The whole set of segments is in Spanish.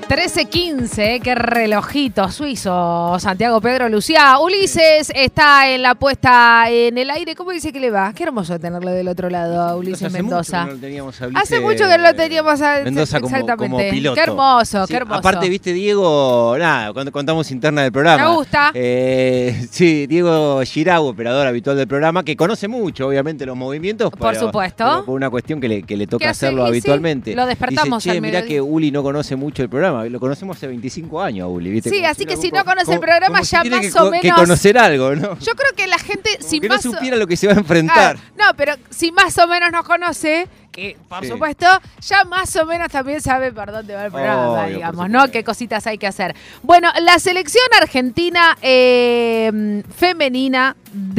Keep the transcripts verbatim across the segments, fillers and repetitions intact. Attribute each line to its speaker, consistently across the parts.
Speaker 1: trece quince, qué relojito suizo, Santiago Pedro Lucía. Ulises está en la puesta en el aire. ¿Cómo dice que le va? Qué hermoso tenerlo del otro lado a Ulises
Speaker 2: hace
Speaker 1: Mendoza.
Speaker 2: Mucho que no teníamos a Ulises,
Speaker 1: hace mucho que no lo teníamos a
Speaker 2: Mendoza como,
Speaker 1: exactamente.
Speaker 2: como piloto.
Speaker 1: Qué hermoso,
Speaker 2: sí,
Speaker 1: qué hermoso.
Speaker 2: Aparte, viste, Diego, nada, cuando contamos interna del programa.
Speaker 1: Me gusta.
Speaker 2: Eh, sí, Diego Girau, operador habitual del programa, que conoce mucho, obviamente, los movimientos.
Speaker 1: Por
Speaker 2: pero,
Speaker 1: supuesto.
Speaker 2: Pero por una cuestión que le, que le toca hacerlo
Speaker 1: sí,
Speaker 2: habitualmente.
Speaker 1: Sí, lo despertamos
Speaker 2: Dice, che,
Speaker 1: al
Speaker 2: mirá
Speaker 1: mediodía.
Speaker 2: que Uli no conoce mucho el programa. Lo conocemos hace veinticinco años, Uli, ¿viste?
Speaker 1: Sí,
Speaker 2: como
Speaker 1: así
Speaker 2: si
Speaker 1: que
Speaker 2: no,
Speaker 1: si
Speaker 2: como,
Speaker 1: no conoce
Speaker 2: como,
Speaker 1: el programa
Speaker 2: como si
Speaker 1: ya
Speaker 2: tiene
Speaker 1: más
Speaker 2: que,
Speaker 1: o menos...
Speaker 2: que conocer algo, ¿no?
Speaker 1: Yo creo que la gente...
Speaker 2: Como
Speaker 1: si
Speaker 2: que
Speaker 1: más
Speaker 2: no
Speaker 1: o...
Speaker 2: supiera lo que se va a enfrentar.
Speaker 1: Ah, no, pero si más o menos nos conoce, que por
Speaker 2: Sí.
Speaker 1: supuesto, ya más o menos también sabe por dónde va el programa,
Speaker 2: Obvio,
Speaker 1: digamos, ¿no? Qué cositas hay que hacer. Bueno, la selección argentina eh, femenina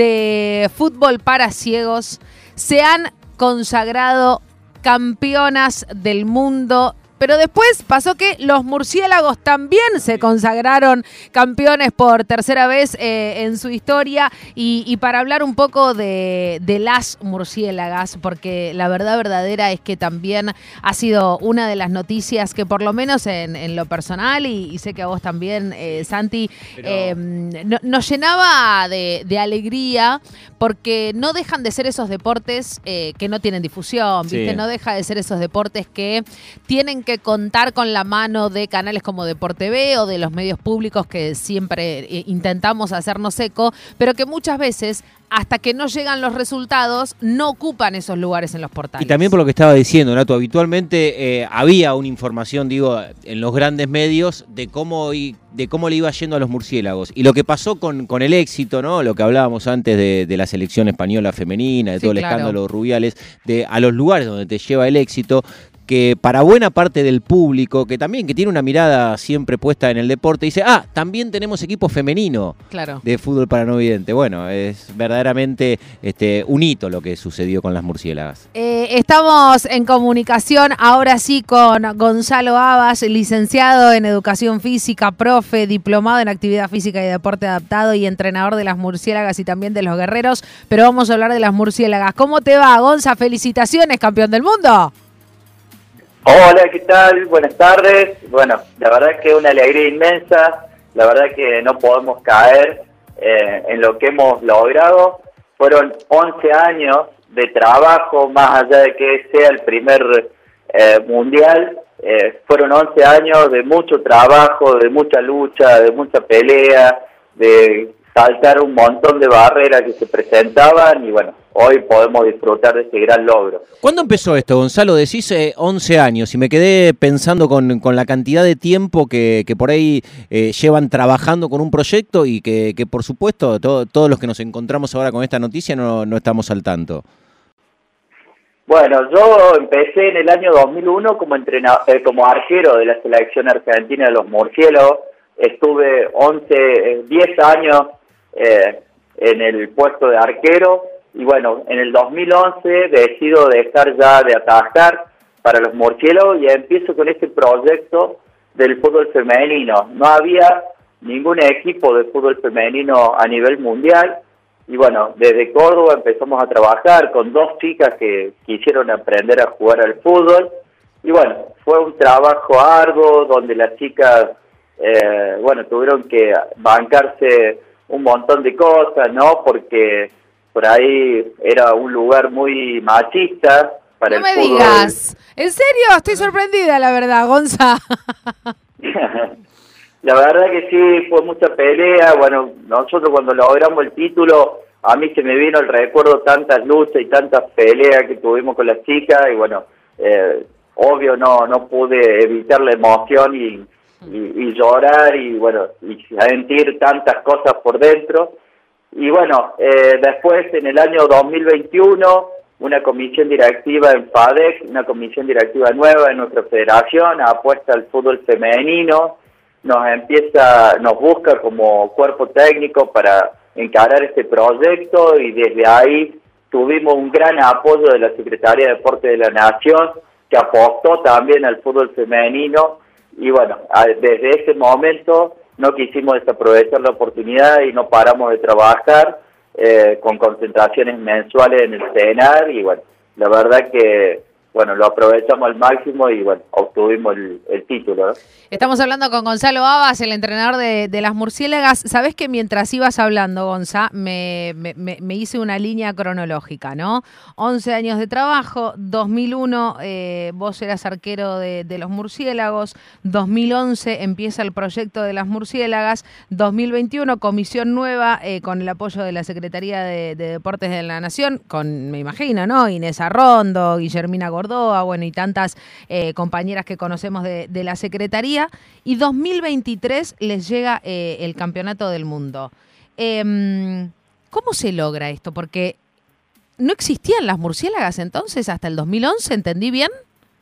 Speaker 1: de fútbol para ciegos se han consagrado campeonas del mundo. Pero después pasó que los murciélagos también se consagraron campeones por tercera vez eh, en su historia. Y, y para hablar un poco de, de las murciélagas, porque la verdad verdadera es que también ha sido una de las noticias que por lo menos en, en lo personal, y, y sé que a vos también, eh, Santi,
Speaker 2: Pero...
Speaker 1: eh, no, nos llenaba de, de alegría, porque no dejan de ser esos deportes eh, que no tienen difusión, ¿viste?
Speaker 2: Sí.
Speaker 1: No deja de ser esos deportes que tienen que que contar con la mano de canales como Deporte B o de los medios públicos que siempre intentamos hacernos eco, pero que muchas veces, hasta que no llegan los resultados, no ocupan esos lugares en los portales.
Speaker 2: Y también por lo que estaba diciendo, Nato, habitualmente eh, había una información, digo, en los grandes medios de cómo, y, de cómo le iba yendo a los murciélagos. Y lo que pasó con, con el éxito, ¿no? Lo que hablábamos antes de, de la selección española femenina, de
Speaker 1: Sí,
Speaker 2: todo el
Speaker 1: claro.
Speaker 2: escándalo Rubiales, de a los lugares donde te lleva el éxito, que para buena parte del público, que también que tiene una mirada siempre puesta en el deporte, dice, ah, también tenemos equipo femenino
Speaker 1: Claro.
Speaker 2: de fútbol para no vidente. Bueno, es verdaderamente este, un hito lo que sucedió con las murciélagas.
Speaker 1: Eh, estamos en comunicación ahora sí con Gonzalo Abas, licenciado en Educación Física, profe, diplomado en Actividad Física y Deporte Adaptado y entrenador de las murciélagas y también de los guerreros, pero vamos a hablar de las murciélagas. ¿Cómo te va, Gonza? Felicitaciones, campeón del mundo.
Speaker 3: Hola, ¿qué tal? Buenas tardes. Bueno, la verdad es que es una alegría inmensa, la verdad que no podemos caer eh, en lo que hemos logrado. Fueron once años de trabajo, más allá de que sea el primer eh, mundial, eh, fueron once años de mucho trabajo, de mucha lucha, de mucha pelea, de saltar un montón de barreras que se presentaban y bueno, hoy podemos disfrutar de este gran logro.
Speaker 2: ¿Cuándo empezó esto, Gonzalo? Decís eh, once años y me quedé pensando con, con la cantidad de tiempo que, que por ahí eh, llevan trabajando con un proyecto y que, que por supuesto to, todos los que nos encontramos ahora con esta noticia no, no estamos al tanto.
Speaker 3: Bueno, yo empecé en el año dos mil uno como entrenador, eh, como arquero de la selección argentina de los murciélagos. Estuve once, diez años eh, en el puesto de arquero y bueno, en el dos mil once decido dejar ya de atajar para los murciélagos y empiezo con este proyecto del fútbol femenino. No había ningún equipo de fútbol femenino a nivel mundial. Y bueno, desde Córdoba empezamos a trabajar con dos chicas que quisieron aprender a jugar al fútbol. Y bueno, fue un trabajo arduo donde las chicas, eh, bueno, tuvieron que bancarse un montón de cosas, ¿no? Porque por ahí era un lugar muy machista para
Speaker 1: no
Speaker 3: el
Speaker 1: me
Speaker 3: fútbol.
Speaker 1: digas. ¿En serio? Estoy sorprendida, la verdad, Gonza.
Speaker 3: La verdad que sí, fue mucha pelea. Bueno, nosotros cuando logramos el título, a mí se me vino el recuerdo tantas luchas y tantas peleas que tuvimos con las chicas y bueno, eh, obvio no no pude evitar la emoción y, y, y llorar y bueno, y sentir tantas cosas por dentro. Y bueno, eh, después en el año dos mil veintiuno, una comisión directiva en FADEC, una comisión directiva nueva en nuestra federación, apuesta al fútbol femenino, nos empieza, nos busca como cuerpo técnico para encarar este proyecto y desde ahí tuvimos un gran apoyo de la Secretaría de Deporte de la Nación que apostó también al fútbol femenino y bueno, desde ese momento no quisimos desaprovechar la oportunidad y no paramos de trabajar eh, con concentraciones mensuales en el CENAR y bueno, la verdad que bueno, lo aprovechamos al máximo y bueno, obtuvimos el, el título, ¿no?
Speaker 1: Estamos hablando con Gonzalo Abas, el entrenador de, de las Murciélagas. Sabés que mientras ibas hablando, Gonza, me, me, me hice una línea cronológica, ¿no? once años de trabajo, dos mil uno eh, vos eras arquero de, de los Murciélagos, dos mil once empieza el proyecto de las Murciélagas, dos mil veintiuno comisión nueva eh, con el apoyo de la Secretaría de, de Deportes de la Nación, con, me imagino, ¿no? Inés Arrondo, Guillermina Gordoa, bueno, y tantas eh, compañeras que conocemos de, de la Secretaría. Y dos mil veintitrés les llega eh, el Campeonato del Mundo. Eh, ¿Cómo se logra esto? Porque no existían las Murciélagas entonces hasta el dos mil once, ¿entendí bien?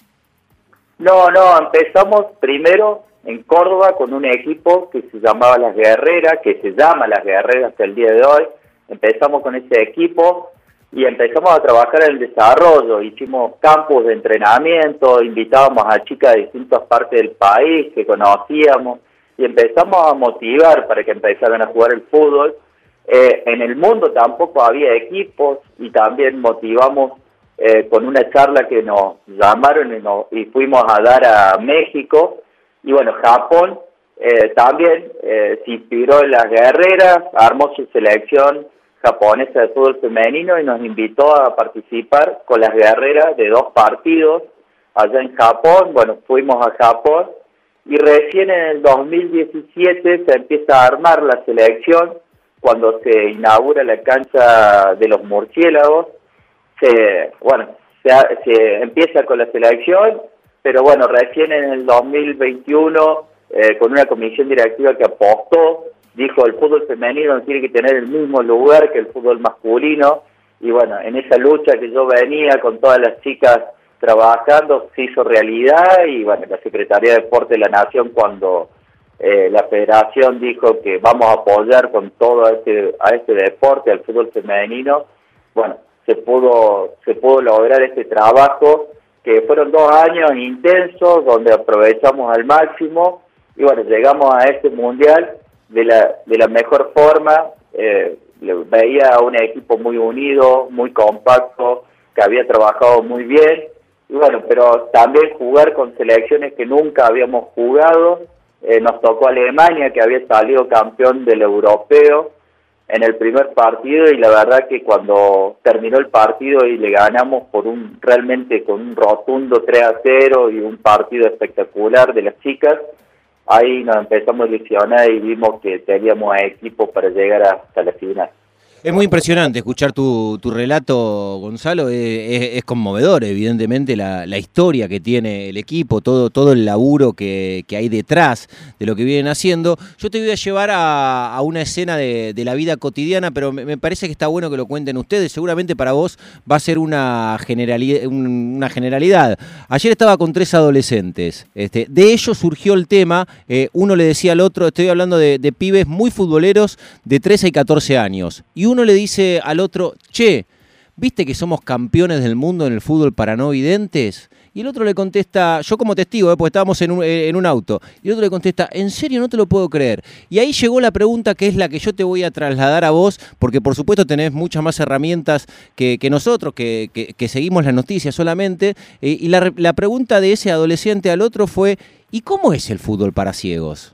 Speaker 3: No, no, empezamos primero en Córdoba con un equipo que se llamaba Las Guerreras, que se llama Las Guerreras hasta el día de hoy. Empezamos con ese equipo y empezamos a trabajar en el desarrollo, hicimos campus de entrenamiento, invitábamos a chicas de distintas partes del país que conocíamos y empezamos a motivar para que empezaran a jugar el fútbol. Eh, en el mundo tampoco había equipos y también motivamos eh, con una charla que nos llamaron y, nos, y fuimos a dar a México. Y bueno, Japón eh, también eh, se inspiró en Las Guerreras, armó su selección japonesa de fútbol femenino y nos invitó a participar con Las Guerreras de dos partidos allá en Japón. Bueno, fuimos a Japón y recién en el dos mil diecisiete se empieza a armar la selección cuando se inaugura la cancha de los Murciélagos. Se, bueno, se, se empieza con la selección, pero bueno, recién en el dos mil veintiuno eh, con una comisión directiva que apostó, dijo el fútbol femenino tiene que tener el mismo lugar que el fútbol masculino, y bueno, en esa lucha que yo venía con todas las chicas trabajando se hizo realidad. Y bueno, la Secretaría de Deportes de la Nación, cuando eh, la federación dijo que vamos a apoyar con todo a este, a este deporte, al fútbol femenino, bueno, se pudo, se pudo lograr este trabajo, que fueron dos años intensos donde aprovechamos al máximo y bueno, llegamos a este mundial de la de la mejor forma. Eh, veía a un equipo muy unido, muy compacto, que había trabajado muy bien, y bueno, pero también jugar con selecciones que nunca habíamos jugado. Eh, nos tocó Alemania, que había salido campeón del europeo en el primer partido, y la verdad que cuando terminó el partido y le ganamos por un realmente con un rotundo tres a cero y un partido espectacular de las chicas, ahí nos empezamos a ilusionar y vimos que teníamos equipo para llegar hasta la final.
Speaker 2: Es muy impresionante escuchar tu, tu relato, Gonzalo. Es, es, es conmovedor, evidentemente, la, la historia que tiene el equipo, todo, todo el laburo que, que hay detrás de lo que vienen haciendo. Yo te voy a llevar a, a una escena de, de la vida cotidiana, pero me, me parece que está bueno que lo cuenten ustedes. Seguramente para vos va a ser una generalidad. Una generalidad. Ayer estaba con tres adolescentes. Este, de ellos surgió el tema. Eh, uno le decía al otro, estoy hablando de, de pibes muy futboleros de trece y catorce años. Y uno le dice al otro, che, ¿viste que somos campeones del mundo en el fútbol para no videntes? Y el otro le contesta, yo como testigo, eh, porque estábamos en un, eh, en un auto, y el otro le contesta, ¿en serio? No te lo puedo creer. Y ahí llegó la pregunta que es la que yo te voy a trasladar a vos, porque por supuesto tenés muchas más herramientas que, que nosotros, que, que, que seguimos las noticias solamente, eh, y la, la pregunta de ese adolescente al otro fue, ¿y cómo es el fútbol para ciegos?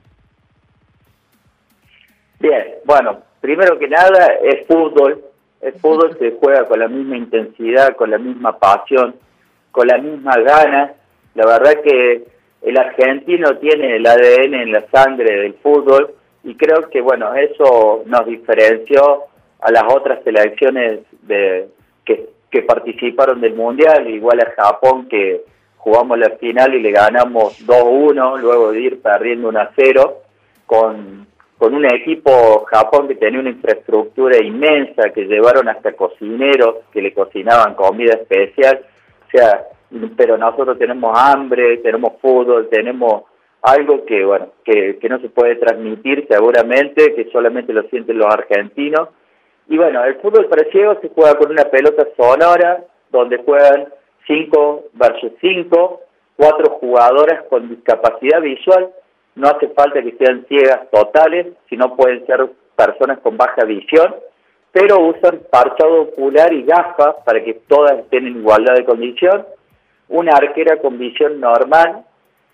Speaker 3: Bien, bueno, primero que nada es fútbol, el fútbol se juega con la misma intensidad, con la misma pasión, con la misma gana. La verdad que el argentino tiene el A D N en la sangre del fútbol y creo que bueno, eso nos diferenció a las otras selecciones de que, que participaron del Mundial, igual a Japón, que jugamos la final y le ganamos dos uno, luego de ir perdiendo uno a cero, con... con un equipo Japón que tenía una infraestructura inmensa, que llevaron hasta cocineros que le cocinaban comida especial. O sea, pero nosotros tenemos hambre, tenemos fútbol, tenemos algo que bueno que, que no se puede transmitir seguramente, que solamente lo sienten los argentinos. Y bueno, el fútbol para ciegos se juega con una pelota sonora, donde juegan cinco versus cinco, cuatro jugadoras con discapacidad visual. No hace falta que sean ciegas totales, sino pueden ser personas con baja visión, pero usan parchado ocular y gafas para que todas estén en igualdad de condición. Una arquera con visión normal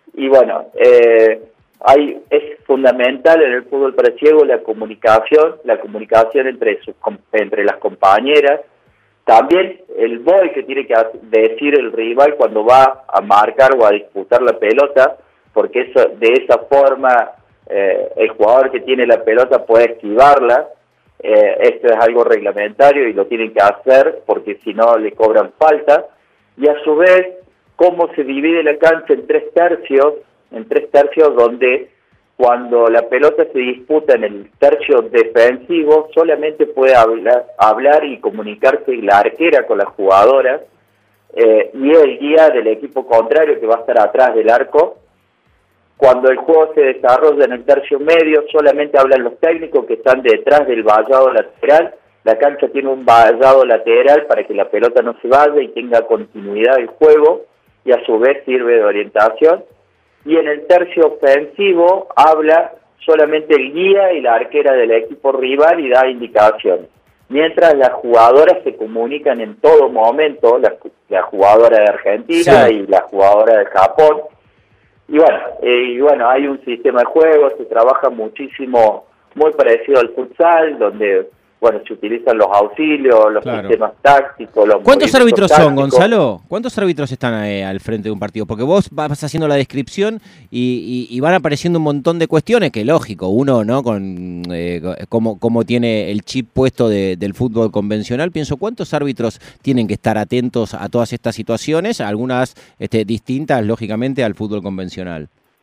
Speaker 3: y bueno, eh, hay es fundamental en el fútbol para ciegos la comunicación, la comunicación entre, sus, entre las compañeras, también el boy que tiene que decir el rival cuando va a marcar o a disputar la pelota, porque eso, de esa forma eh, el jugador que tiene la pelota puede esquivarla. Eh, esto es algo reglamentario y lo tienen que hacer porque si no le cobran falta. Y a su vez, cómo se divide la cancha en tres tercios, en tres tercios donde cuando la pelota se disputa en el tercio defensivo, solamente puede hablar, hablar y comunicarse la arquera con las jugadoras eh, y el guía del equipo contrario que va a estar atrás del arco. Cuando el juego se desarrolla en el tercio medio, solamente hablan los técnicos que están detrás del vallado lateral. La cancha tiene un vallado lateral para que la pelota no se vaya y tenga continuidad el juego, y a su vez sirve de orientación. Y en el tercio ofensivo habla solamente el guía y la arquera del equipo rival y da indicaciones. Mientras las jugadoras se comunican en todo momento, la, la jugadora de Argentina sí. y la jugadora de Japón. Y bueno, eh, y bueno, hay un sistema de juego, se trabaja muchísimo, muy parecido al futsal, donde bueno, se utilizan los auxilios, los claro. sistemas tácticos, los
Speaker 2: ¿Cuántos árbitros tácticos. son, Gonzalo? ¿Cuántos árbitros están eh, al frente de un partido? Porque vos vas haciendo la descripción y, y, y van apareciendo un montón de cuestiones que, lógico, uno, ¿no? Con eh, cómo, cómo tiene el chip puesto de, del fútbol convencional, pienso, ¿cuántos árbitros tienen que estar atentos a todas estas situaciones? Algunas este, distintas, lógicamente, al fútbol convencional.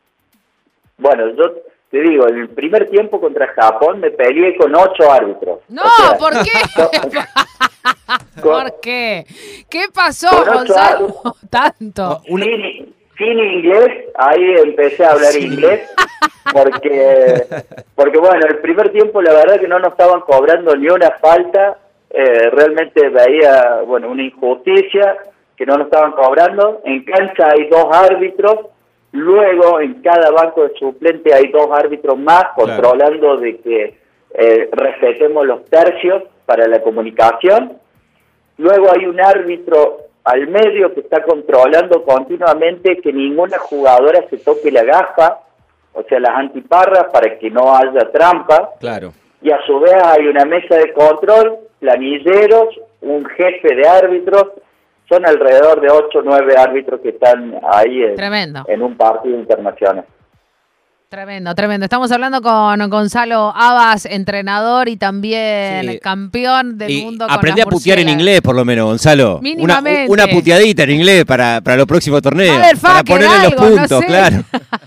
Speaker 3: Bueno, yo... te digo, en el primer tiempo contra Japón me peleé con ocho árbitros.
Speaker 1: No, o sea, ¿por qué? Con, ¿Por qué? ¿Qué pasó, Gonzalo? Tanto.
Speaker 3: Sin, sin inglés, ahí empecé a hablar inglés, porque, porque bueno, el primer tiempo la verdad que no nos estaban cobrando ni una falta, eh, realmente veía, bueno, una injusticia que no nos estaban cobrando. En cancha hay dos árbitros. Luego, en cada banco de suplente hay dos árbitros más controlando claro. de que eh, respetemos los tercios para la comunicación. Luego hay un árbitro al medio que está controlando continuamente que ninguna jugadora se toque la gafa, o sea, las antiparras, para que no haya trampa.
Speaker 2: Claro.
Speaker 3: Y a su vez hay una mesa de control, planilleros, un jefe de árbitros. Son alrededor de ocho o nueve árbitros que están ahí en, en un partido internacional.
Speaker 1: Tremendo, tremendo. Estamos hablando con Gonzalo Abas, entrenador y también sí. campeón del
Speaker 2: y
Speaker 1: mundo.
Speaker 2: Aprendí a putear en inglés, por lo menos, Gonzalo.
Speaker 1: Mínimamente.
Speaker 2: Una, una puteadita en inglés para, para los próximos torneos.
Speaker 1: Ver,
Speaker 2: para ponerle algo, los puntos,
Speaker 1: no sé.
Speaker 2: claro.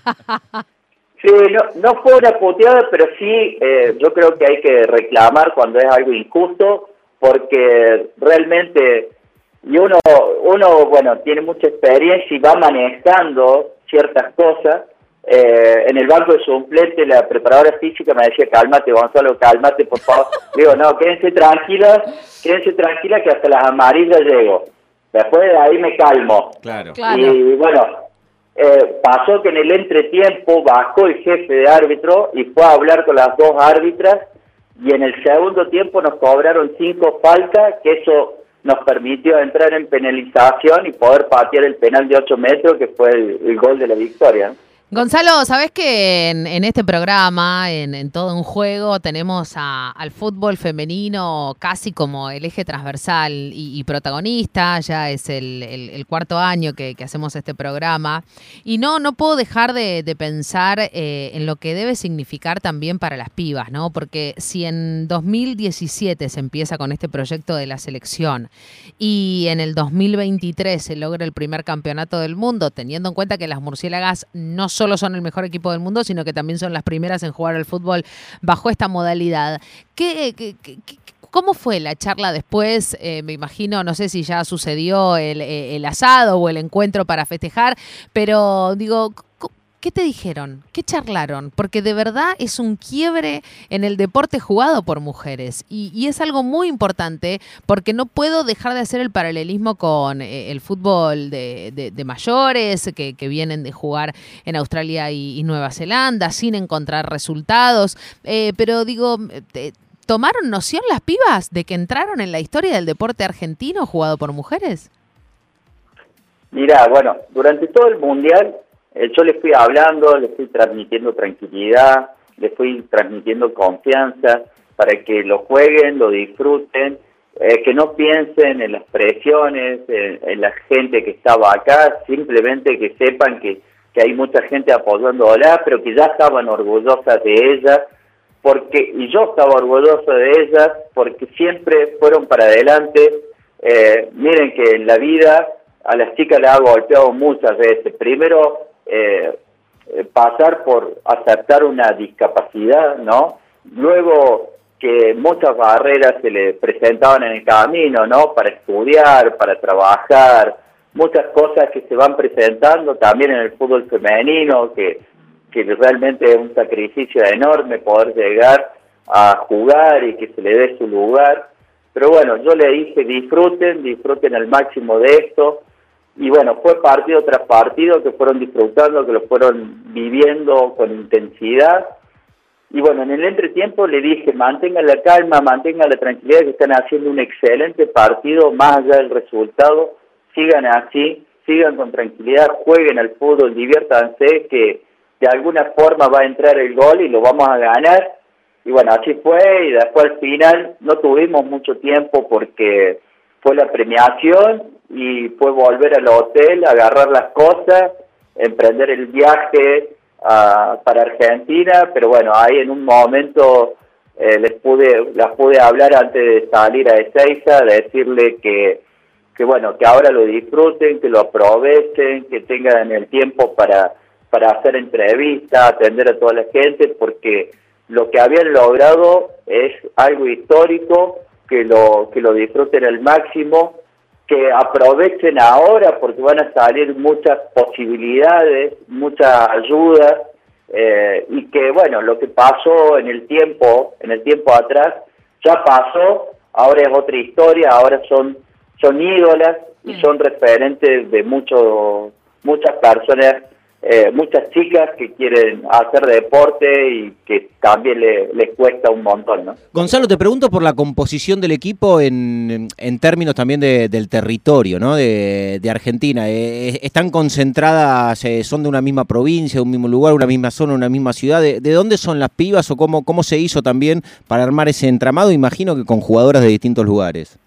Speaker 3: Sí, no, no fue una puteada, pero sí eh, yo creo que hay que reclamar cuando es algo injusto, porque realmente... Y uno, uno, bueno, tiene mucha experiencia y va manejando ciertas cosas. Eh, en el banco de suplente, la preparadora física me decía, cálmate, Gonzalo, cálmate, por favor. Digo, no, quédense tranquilas, quédense tranquilas que hasta las amarillas llego. Después de ahí me calmo.
Speaker 2: Claro.
Speaker 1: claro.
Speaker 3: Y bueno, eh, pasó que en el entretiempo bajó el jefe de árbitro y fue a hablar con las dos árbitras, y en el segundo tiempo nos cobraron cinco faltas, que eso... nos permitió entrar en penalización y poder patear el penal de ocho metros, que fue el, el gol de la victoria.
Speaker 1: Gonzalo, ¿sabés que en, en este programa, en, en todo un juego, tenemos a, al fútbol femenino casi como el eje transversal y, y protagonista? Ya es el, el, el cuarto año que, que hacemos este programa. Y no, no puedo dejar de, de pensar eh, en lo que debe significar también para las pibas, ¿no? Porque si en dos mil diecisiete se empieza con este proyecto de la selección y en el dos mil veintitrés se logra el primer campeonato del mundo, teniendo en cuenta que las murciélagas no solo son el mejor equipo del mundo, sino que también son las primeras en jugar al fútbol bajo esta modalidad. ¿Qué, qué, qué, ¿Cómo fue la charla después? Eh, me imagino, no sé si ya sucedió el, el asado o el encuentro para festejar, pero digo... ¿Qué te dijeron? ¿Qué charlaron? Porque de verdad es un quiebre en el deporte jugado por mujeres. Y, y es algo muy importante porque no puedo dejar de hacer el paralelismo con eh, el fútbol de, de, de mayores que, que vienen de jugar en Australia y, y Nueva Zelanda sin encontrar resultados. Eh, pero digo... Eh, ¿Tomaron noción las pibas de que entraron en la historia del deporte argentino jugado por mujeres?
Speaker 3: Mirá, bueno, durante todo el Mundial eh, yo les fui hablando, les fui transmitiendo tranquilidad, les fui transmitiendo confianza para que lo jueguen, lo disfruten, eh, que no piensen en las presiones, en, en la gente que estaba acá, simplemente que sepan que, que hay mucha gente apoyándola, pero que ya estaban orgullosas de ella, porque y yo estaba orgulloso de ellas, porque siempre fueron para adelante. Eh, miren que en la vida a las chicas les ha golpeado muchas veces. Primero, eh, pasar por aceptar una discapacidad, ¿no? Luego que muchas barreras se le presentaban en el camino, ¿no? Para estudiar, para trabajar, muchas cosas que se van presentando también en el fútbol femenino, que, que realmente es un sacrificio enorme poder llegar a jugar y que se le dé su lugar. Pero bueno, yo le dije disfruten, disfruten al máximo de esto. Y bueno, fue partido tras partido que fueron disfrutando, que lo fueron viviendo con intensidad. Y bueno, en el entretiempo le dije, mantengan la calma, mantengan la tranquilidad, que están haciendo un excelente partido, más allá del resultado. Sigan así, sigan con tranquilidad, jueguen al fútbol, diviértanse, que de alguna forma va a entrar el gol y lo vamos a ganar. Y bueno, así fue, y después al final no tuvimos mucho tiempo porque fue la premiación y fue volver al hotel, agarrar las cosas, emprender el viaje a, para Argentina, pero bueno, ahí en un momento eh, les pude las pude hablar antes de salir a Ezeiza, decirle que, que bueno, que ahora lo disfruten, que lo aprovechen, que tengan el tiempo para, para hacer entrevistas, atender a toda la gente, porque lo que habían logrado es algo histórico, que lo que lo disfruten al máximo, que aprovechen ahora porque van a salir muchas posibilidades, mucha ayuda, eh, y que bueno, lo que pasó en el tiempo, en el tiempo atrás, ya pasó, ahora es otra historia, ahora son, son ídolas y son referentes de muchos, muchas personas, eh, muchas chicas que quieren hacer deporte y que también le, les cuesta un montón, ¿no?
Speaker 2: Gonzalo, te pregunto por la composición del equipo en, en términos también de, del territorio, ¿no? de, de Argentina. Eh, ¿Están concentradas, eh, son de una misma provincia, de un mismo lugar, una misma zona, una misma ciudad? ¿De, de dónde son las pibas o cómo, cómo se hizo también para armar ese entramado? Imagino que con jugadoras de distintos lugares.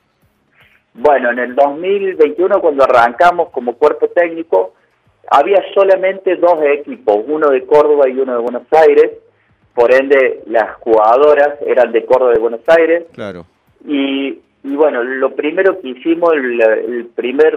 Speaker 3: Bueno, en el dos mil veintiuno, cuando arrancamos como cuerpo técnico, había solamente dos equipos, uno de Córdoba y uno de Buenos Aires, por ende las jugadoras eran de Córdoba y Buenos Aires.
Speaker 2: Claro.
Speaker 3: Y, y bueno, lo primero que hicimos, el, el primer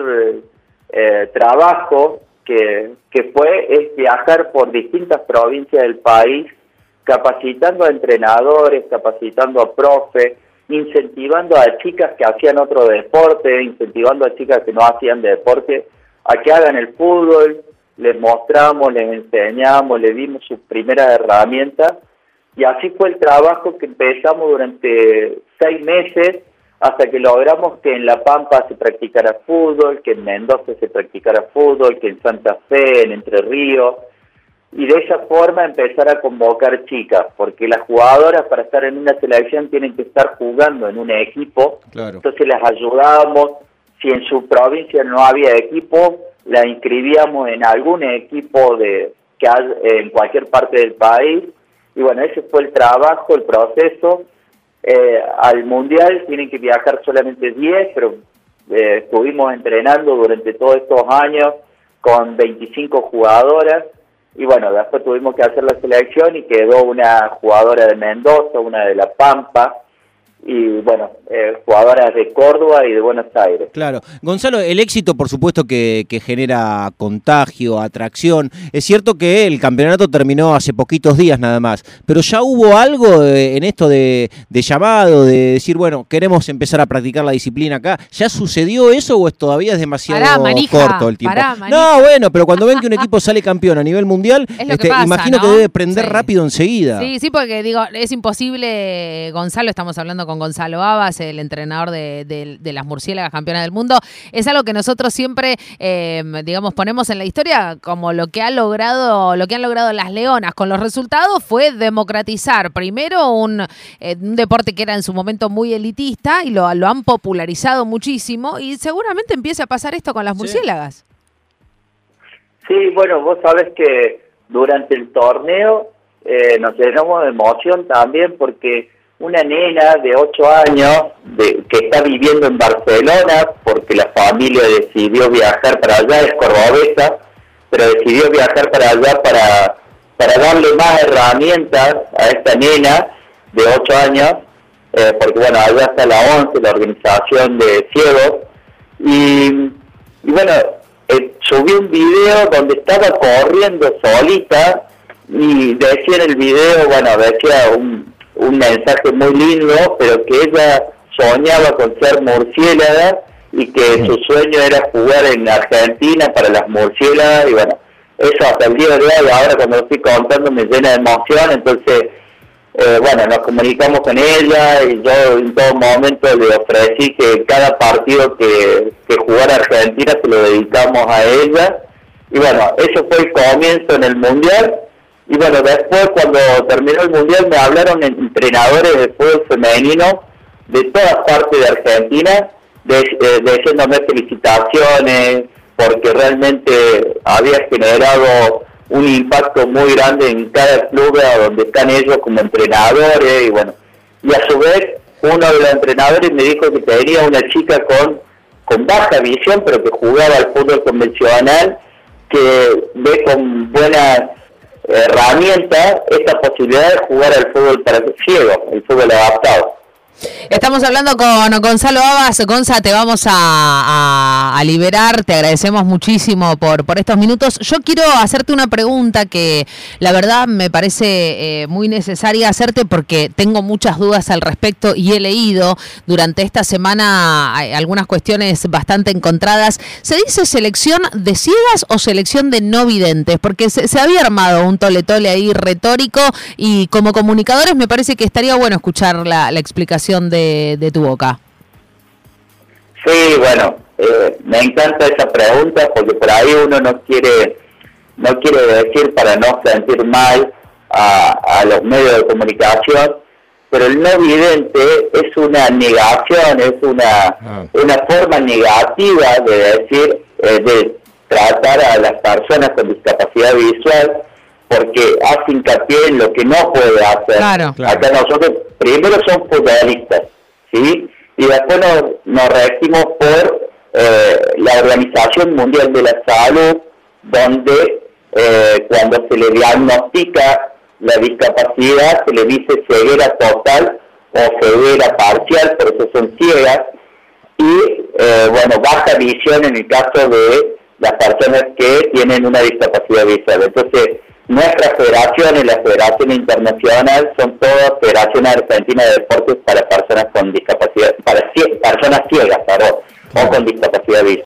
Speaker 3: eh, trabajo que, que fue es viajar por distintas provincias del país, capacitando a entrenadores, capacitando a profes, incentivando a chicas que hacían otro deporte, incentivando a chicas que no hacían deporte, a que hagan el fútbol, les mostramos, les enseñamos, les dimos sus primeras herramientas, y así fue el trabajo que empezamos durante seis meses, hasta que logramos que en La Pampa se practicara fútbol, que en Mendoza se practicara fútbol, que en Santa Fe, en Entre Ríos, y de esa forma empezar a convocar chicas, porque las jugadoras para estar en una selección tienen que estar jugando en un equipo. Claro. Entonces las ayudábamos. Si en su provincia no había equipo, la inscribíamos en algún equipo de que hay en cualquier parte del país. Y bueno, ese fue el trabajo, el proceso. Eh, al Mundial tienen que viajar solamente diez, pero eh, estuvimos entrenando durante todos estos años con veinticinco jugadoras. Y bueno, después tuvimos que hacer la selección y quedó una jugadora de Mendoza, una de La Pampa, y bueno, eh, jugadoras de Córdoba y de Buenos Aires.
Speaker 2: Claro. Gonzalo, el éxito por supuesto que, que genera contagio, atracción. Es cierto que el campeonato terminó hace poquitos días nada más, pero ya hubo algo en esto de, de llamado, de decir, bueno, queremos empezar a practicar la disciplina acá. ¿Ya sucedió eso o es todavía es demasiado pará, manija, corto el tiempo? Pará, no, bueno, pero cuando ven que un equipo sale campeón a nivel mundial, este, pasa, imagino ¿no? que debe prender sí. rápido enseguida.
Speaker 1: Sí, sí, porque digo, es imposible, Gonzalo, estamos hablando con Gonzalo Abas, el entrenador de, de, de las murciélagas campeonas del mundo. Es algo que nosotros siempre, eh, digamos, ponemos en la historia como lo que ha logrado, lo que han logrado las leonas con los resultados fue democratizar primero un, eh, un deporte que era en su momento muy elitista y lo, lo han popularizado muchísimo y seguramente empiece a pasar esto con las murciélagas.
Speaker 3: Sí, bueno, vos sabés que durante el torneo eh, nos llenamos de emoción también porque una nena de ocho años de, que está viviendo en Barcelona porque la familia decidió viajar para allá, es cordobesa, pero decidió viajar para allá para, para darle más herramientas a esta nena de ocho años, eh, porque bueno, allá está la ONCE, la Organización de Ciegos, y, y bueno, eh, subí un video donde estaba corriendo solita y decía en el video, bueno, decía un, un mensaje muy lindo, pero que ella soñaba con ser murciélaga y que su sueño era jugar en Argentina para las murciélagas, y bueno, eso hasta el día de hoy, ahora cuando lo estoy contando me llena de emoción. Entonces, eh, bueno, nos comunicamos con ella y yo en todo momento le ofrecí que cada partido que, que jugara Argentina se lo dedicamos a ella, y bueno, eso fue el comienzo en el Mundial. Y bueno, después cuando terminó el Mundial me hablaron entrenadores de fútbol femenino de todas partes de Argentina, de, eh, diciéndome felicitaciones, porque realmente había generado un impacto muy grande en cada club a donde están ellos como entrenadores. Y bueno, y a su vez uno de los entrenadores me dijo que tenía una chica con, con baja visión, pero que jugaba al fútbol convencional, que ve con buenas herramientas esta posibilidad de jugar al fútbol para ciegos, el fútbol adaptado.
Speaker 1: Estamos hablando con Gonzalo Abas. Gonza, te vamos a, a, a liberar, te agradecemos muchísimo por, por estos minutos. Yo quiero hacerte una pregunta que la verdad me parece eh, muy necesaria hacerte porque tengo muchas dudas al respecto y he leído durante esta semana algunas cuestiones bastante encontradas. ¿Se dice selección de ciegas o selección de no videntes? Porque se, se había armado un tole tole ahí retórico y como comunicadores me parece que estaría bueno escuchar la, la explicación De, de tu boca.
Speaker 3: Sí, bueno, eh, me encanta esa pregunta porque por ahí uno no quiere no quiere decir para no sentir mal a, a los medios de comunicación, pero el no vidente es una negación, es una ah. una forma negativa de decir, eh, de tratar a las personas con discapacidad visual, porque hace hincapié en lo que no puede hacer.
Speaker 1: Claro, claro.
Speaker 3: Acá nosotros primero son futbolistas, ¿sí? Y después nos, nos regimos por eh, la Organización Mundial de la Salud, donde eh, cuando se le diagnostica la discapacidad se le dice ceguera total o ceguera parcial, por eso son ciegas, y eh, bueno, baja visión en el caso de las personas que tienen una discapacidad visual. Entonces, nuestras federaciones, la Federación Internacional, son todas Federaciones Argentinas de Deportes para personas con discapacidad, para cie- personas ciegas, perdón, o con discapacidad visual.